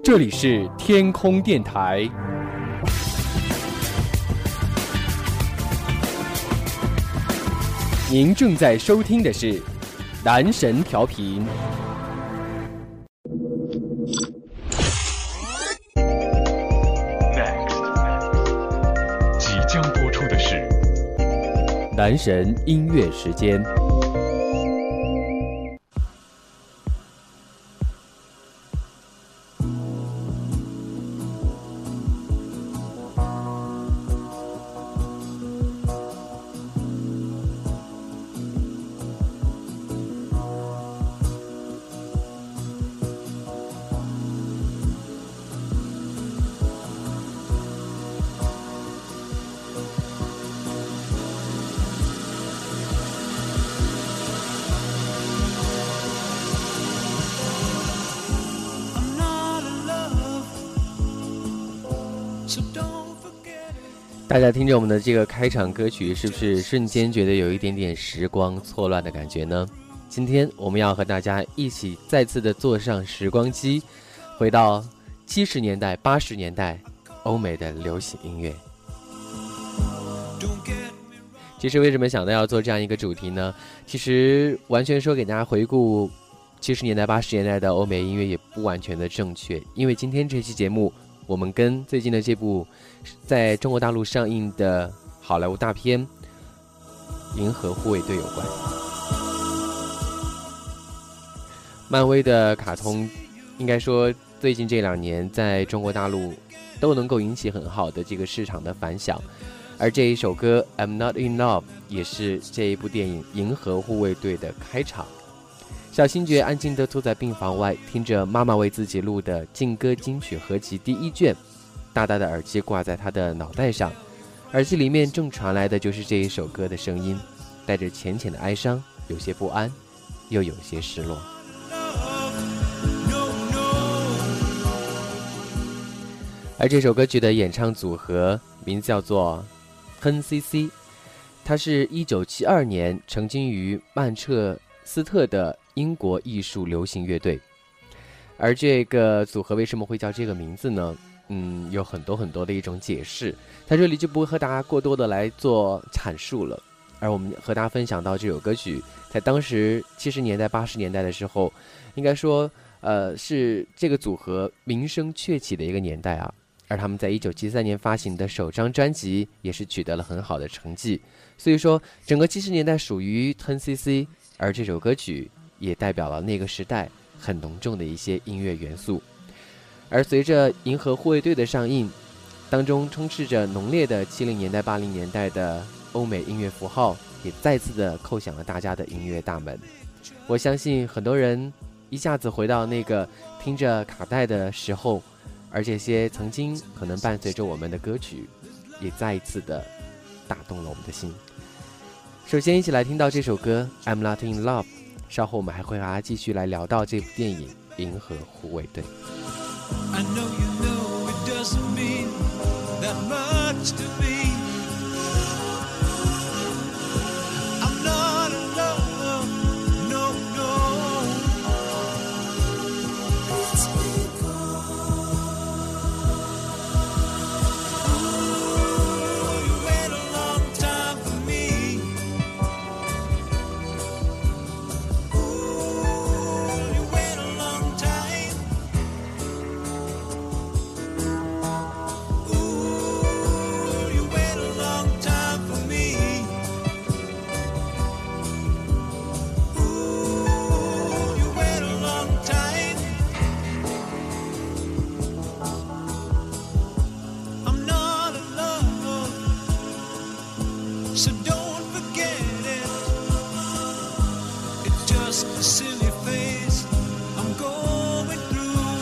这里是天空电台，您正在收听的是男神调频。 即将播出的是男神音乐时间。大家听着我们的这个开场歌曲，是不是瞬间觉得有一点点时光错乱的感觉呢？今天我们要和大家一起再次的坐上时光机，回到70年代、80年代欧美的流行音乐。其实为什么想到要做这样一个主题呢？其实完全说给大家回顾70年代、80年代的欧美音乐也不完全的正确，因为今天这期节目我们跟最近的这部在中国大陆上映的好莱坞大片《银河护卫队》有关。漫威的卡通应该说最近这2年在中国大陆都能够引起很好的这个市场的反响，而这一首歌 I'm Not In Love 也是这一部电影《银河护卫队》的开场。小星爵安静地坐在病房外，听着妈妈为自己录的劲歌金曲合集第1卷，大大的耳机挂在他的脑袋上，耳机里面正传来的就是这一首歌的声音，带着浅浅的哀伤，有些不安，又有些失落。而这首歌曲的演唱组合名字叫做 10cc， 它是1972年成军于曼彻斯特的英国艺术流行乐队。而这个组合为什么会叫这个名字呢？有很多很多的一种解释，在这里就不会和大家过多的来做阐述了。而我们和大家分享到这首歌曲在当时70年代80年代的时候，应该说是这个组合名声鹊起的一个年代啊。而他们在1973年发行的首张专辑也是取得了很好的成绩，所以说整个70年代属于 10cc， 而这首歌曲也代表了那个时代很浓重的一些音乐元素。而随着银河护卫队的上映，当中充斥着浓烈的70年代80年代的欧美音乐符号，也再次的叩响了大家的音乐大门。我相信很多人一下子回到那个听着卡带的时候，而这些曾经可能伴随着我们的歌曲也再一次的打动了我们的心。首先一起来听到这首歌 I'm Not In Love， 稍后我们还会和大家继续来聊到这部电影《银河护卫队》。 I know you know it doesn't mean that much to me. I'm not in love, no, no. It's because you wait a long time for me. You wait a long time. You wait a long time for me. You wait a long time. I'm not in love, so don't forget it. It's just a silly phase I'm going through.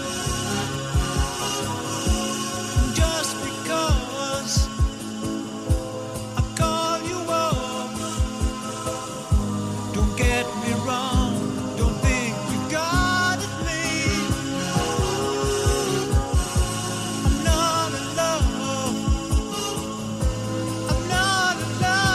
Just because I call you up, don't get me wrong, don't think you got it made. I'm not in love, I'm not in love.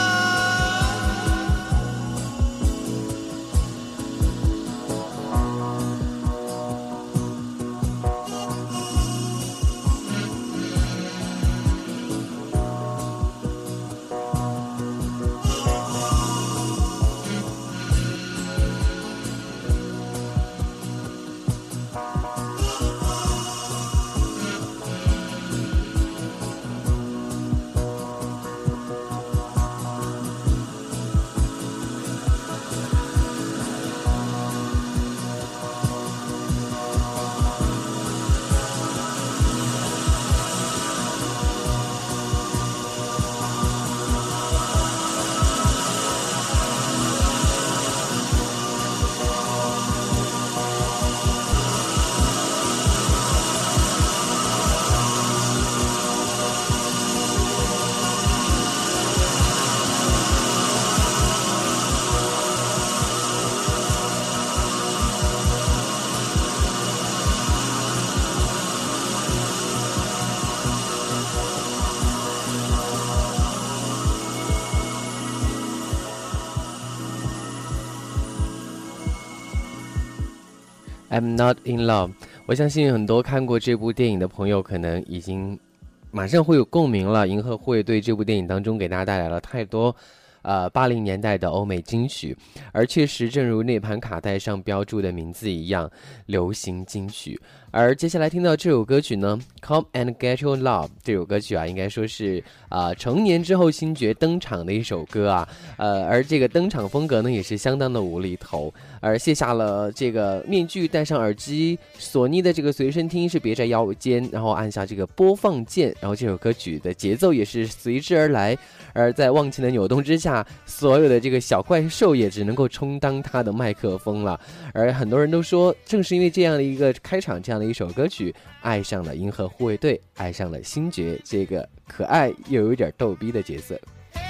I'm Not in Love。我相信很多看过这部电影的朋友可能已经马上会有共鸣了。银河护卫队这部电影当中给大家带来了太多80年代的欧美金曲，而确实正如那盘卡带上标注的名字一样，流行金曲。而接下来听到这首歌曲呢 Come and Get Your Love， 这首歌曲应该说是成年之后星爵登场的一首歌啊，而这个登场风格呢也是相当的无厘头，而卸下了这个面具，戴上耳机，索尼的这个随身听是别在腰间，然后按下这个播放键，然后这首歌曲的节奏也是随之而来，而在忘情的扭动之下，所有的这个小怪兽也只能够充当他的麦克风了。而很多人都说，正是因为这样的一个开场，这样的一首歌曲，爱上了银河护卫队，爱上了星爵这个可爱又有点逗逼的角色。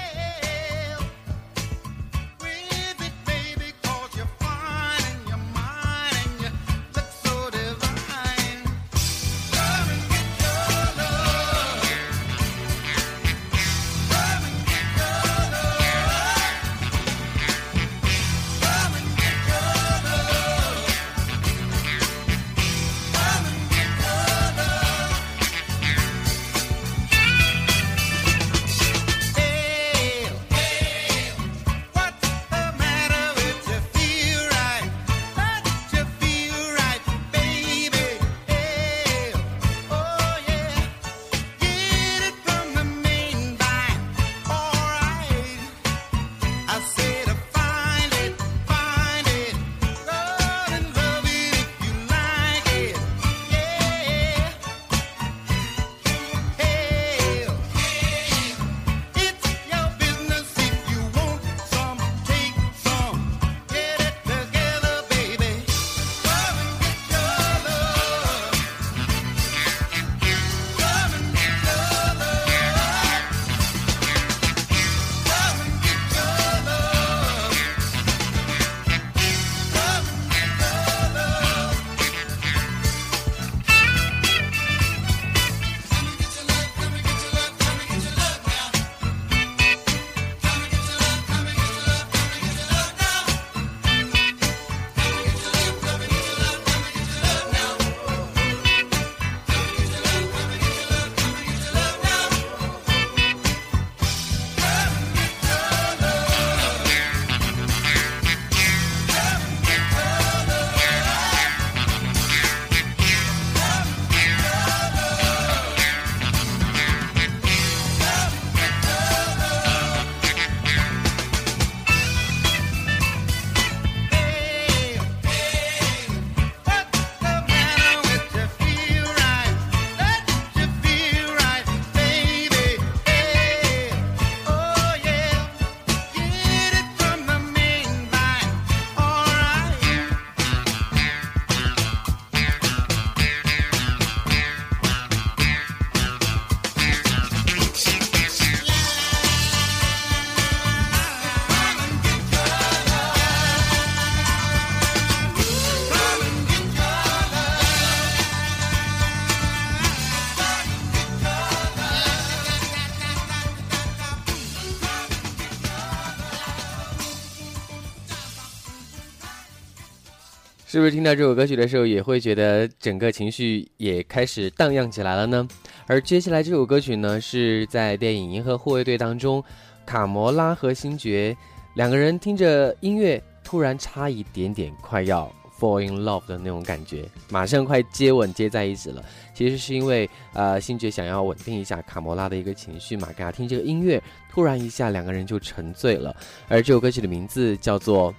是不是听到这首歌曲的时候也会觉得整个情绪也开始荡漾起来了呢？而接下来这首歌曲呢，是在电影《银河护卫队》当中，卡魔拉和星爵两个人听着音乐，突然差一点点快要 fall in love 的那种感觉，马上快接吻接在一起了。其实是因为星爵想要稳定一下卡魔拉的一个情绪嘛，给他听这个音乐，突然一下两个人就沉醉了。而这首歌曲的名字叫做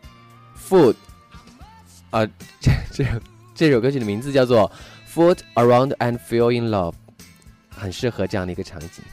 Food。这首歌曲的名字叫做 Foot Around and Feel in Love， 很适合这样的一个场景。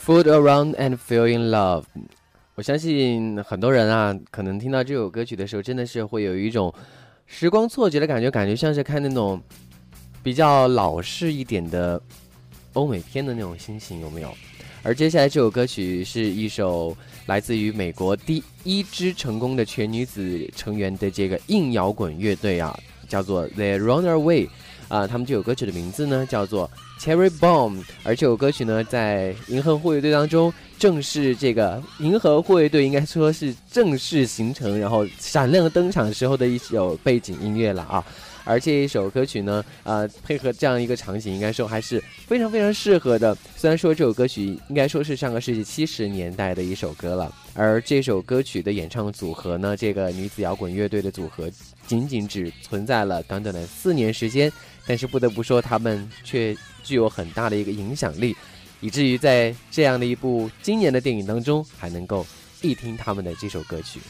Fool around and feel in love。我相信很多人啊，可能听到这首歌曲的时候，真的是会有一种时光错觉的感觉，感觉像是看那种比较老式一点的欧美片的那种心情，有没有？而接下来这首歌曲是一首来自于美国第一支成功的全女子成员的这个硬摇滚乐队啊，叫做 The Runaway 啊，他们这首歌曲的名字呢叫做 Cherry Bomb。而这首歌曲呢，在银河护卫队当中，正是这个银河护卫队应该说是正式形成，然后闪亮登场时候的一首背景音乐了啊。而这一首歌曲呢，配合这样一个场景，应该说还是非常非常适合的。虽然说这首歌曲应该说是上个世纪70年代的一首歌了，而这首歌曲的演唱组合呢，这个女子摇滚乐队的组合，仅仅只存在了短短的4年时间，但是不得不说，他们却具有很大的一个影响力，以至于在这样的一部经典的电影当中，还能够一听他们的这首歌曲。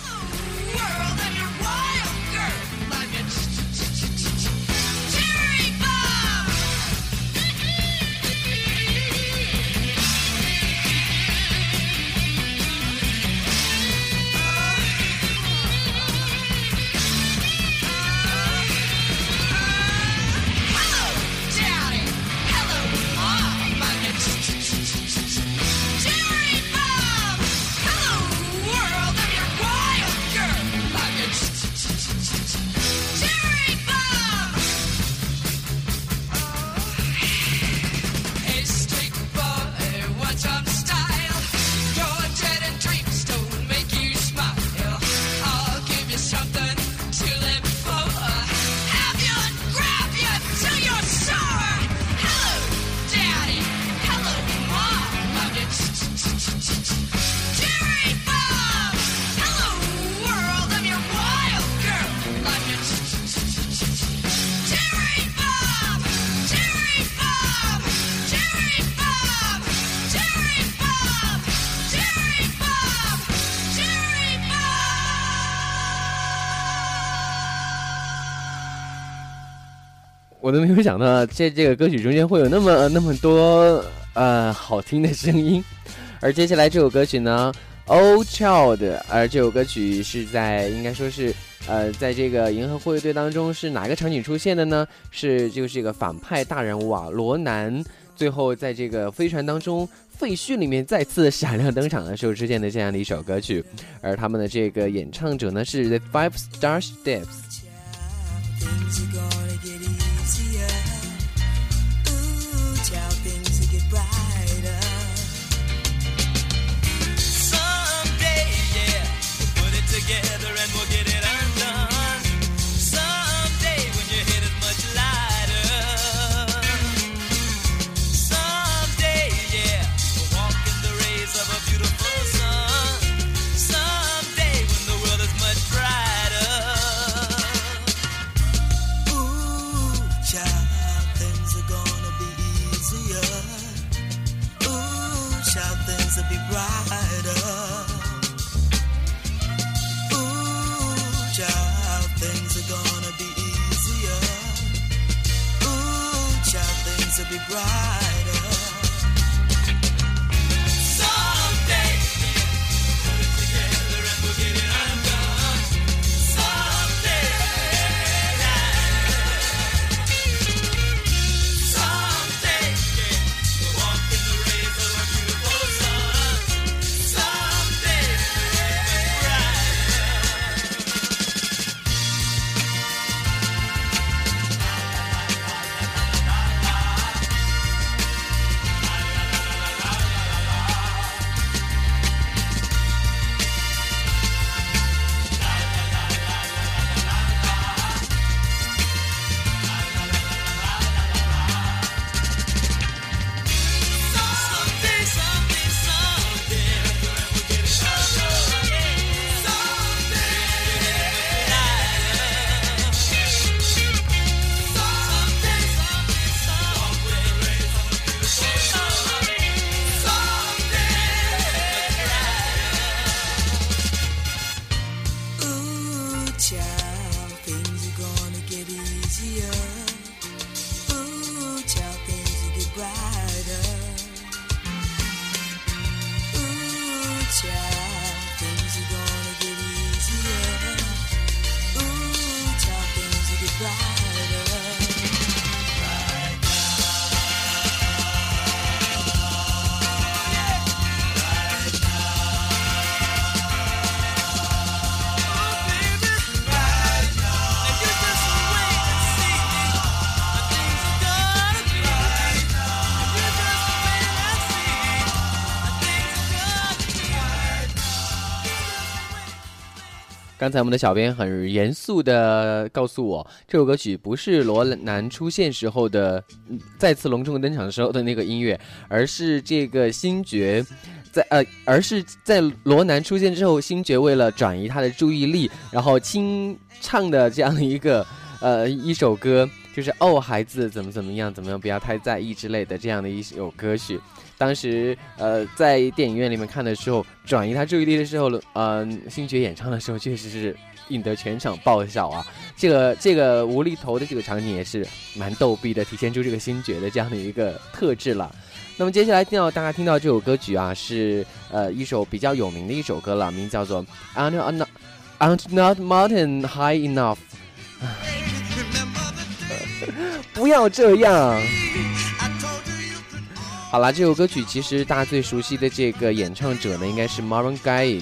我都没有想到这个歌曲中间会有那么多好听的声音。而接下来这首歌曲呢 Old Child， 而这首歌曲是在应该说是在这个银河护卫队当中是哪个场景出现的呢？是就是这个反派大人瓦罗南最后在这个飞船当中废墟里面再次闪亮登场的时候出现的这样的一首歌曲。而他们的这个演唱者呢是 The Five Star Steps。 刚才我们的小编很严肃的告诉我，这首歌曲不是罗南出现时候的再次隆重登场时候的那个音乐，而是这个星爵而是在罗南出现之后，星爵为了转移他的注意力，然后清唱的这样的一首歌，就是哦孩子怎么样不要太在意之类的这样的一首歌曲。当时在电影院里面看的时候，转移他注意力的时候，星爵演唱的时候确实是引得全场爆笑啊。这个无厘头的这个场景也是蛮逗逼的，体现出这个星爵的这样的一个特质了。那么接下来大家听到这首歌曲啊，是一首比较有名的一首歌了，名字叫做 I'm Not Mountain High Enough 不要这样。好啦，这首歌曲其实大家最熟悉的这个演唱者呢，应该是 Marvin Gaye，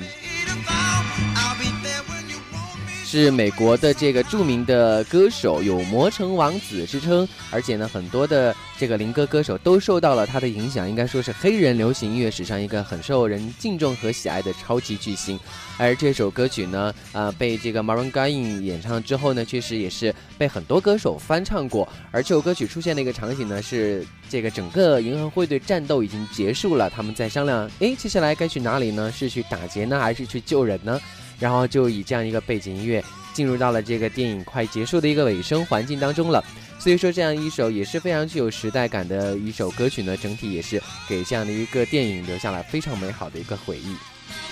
是美国的这个著名的歌手，有魔城王子之称，而且呢，很多的这个灵歌歌手都受到了他的影响，应该说是黑人流行音乐史上一个很受人敬重和喜爱的超级巨星。而这首歌曲呢，被这个 Marvin Gaye 演唱之后呢，确实也是被很多歌手翻唱过。而这首歌曲出现的一个场景呢，是这个整个银河护卫队战斗已经结束了，他们在商量，接下来该去哪里呢？是去打劫呢，还是去救人呢？然后就以这样一个背景音乐进入到了这个电影快结束的一个尾声环境当中了。所以说这样一首也是非常具有时代感的一首歌曲呢，整体也是给这样的一个电影留下了非常美好的一个回忆。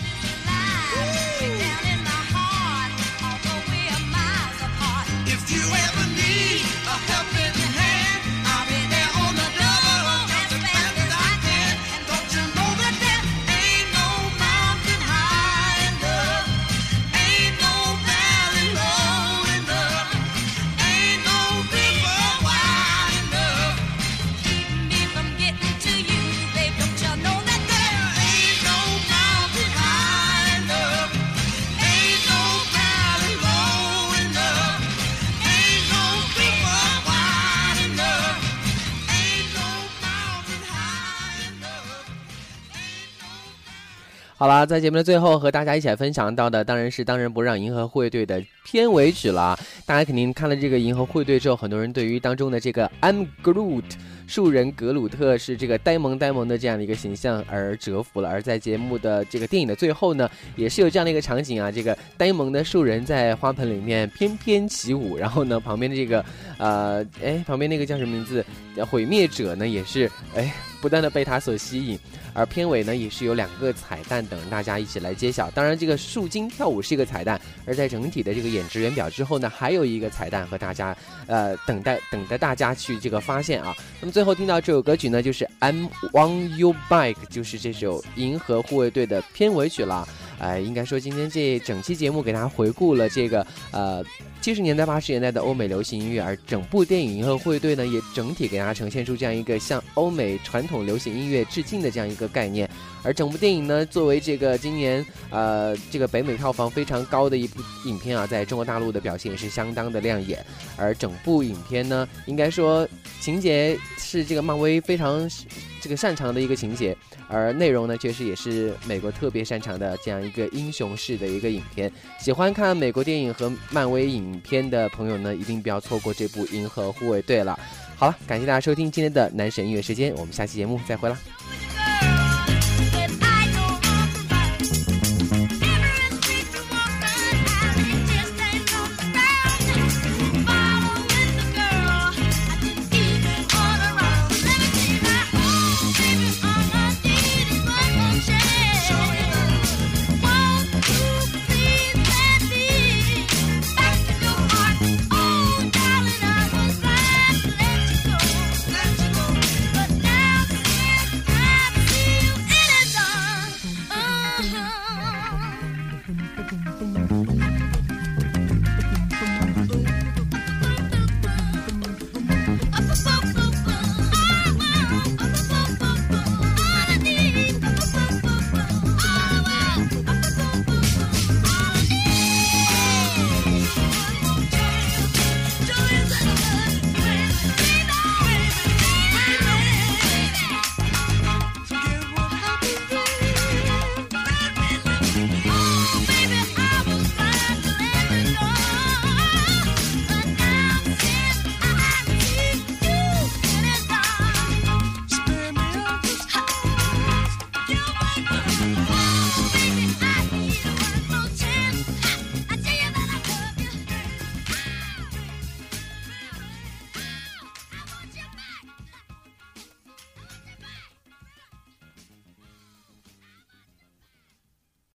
好啦，在节目的最后和大家一起来分享到的当然是当仁不让银河护卫队的片尾曲啦。大家肯定看了这个银河护卫队之后，很多人对于当中的这个 I'm Groot 树人格鲁特是这个呆萌的这样的一个形象而折服了。而在节目的这个电影的最后呢，也是有这样的一个场景啊，这个呆萌的树人在花盆里面翩翩起舞，然后呢旁边的这个旁边那个叫什么名字毁灭者呢也是不断的被他所吸引。而片尾呢也是有2个彩蛋等大家一起来揭晓。当然这个树精跳舞是一个彩蛋，而在整体的这个演职员表之后呢，还有一个彩蛋和大家等待大家去这个发现啊。那么最后听到这首歌曲呢，就是 I'm on Your Bike， 就是这首银河护卫队的片尾曲啦。应该说今天这整期节目给大家回顾了这个70年代80年代的欧美流行音乐，而整部电影银河护卫队呢也整体给大家呈现出这样一个向欧美传统流行音乐致敬的这样一个概念。而整部电影呢作为这个今年这个北美票房非常高的一部影片啊，在中国大陆的表现也是相当的亮眼。而整部影片呢应该说情节是这个漫威非常这个擅长的一个情节，而内容呢确实也是美国特别擅长的这样一个英雄式的一个影片。喜欢看美国电影和漫威影片的朋友呢，一定不要错过这部银河护卫队了。好了，感谢大家收听今天的男神音乐时间，我们下期节目再会了。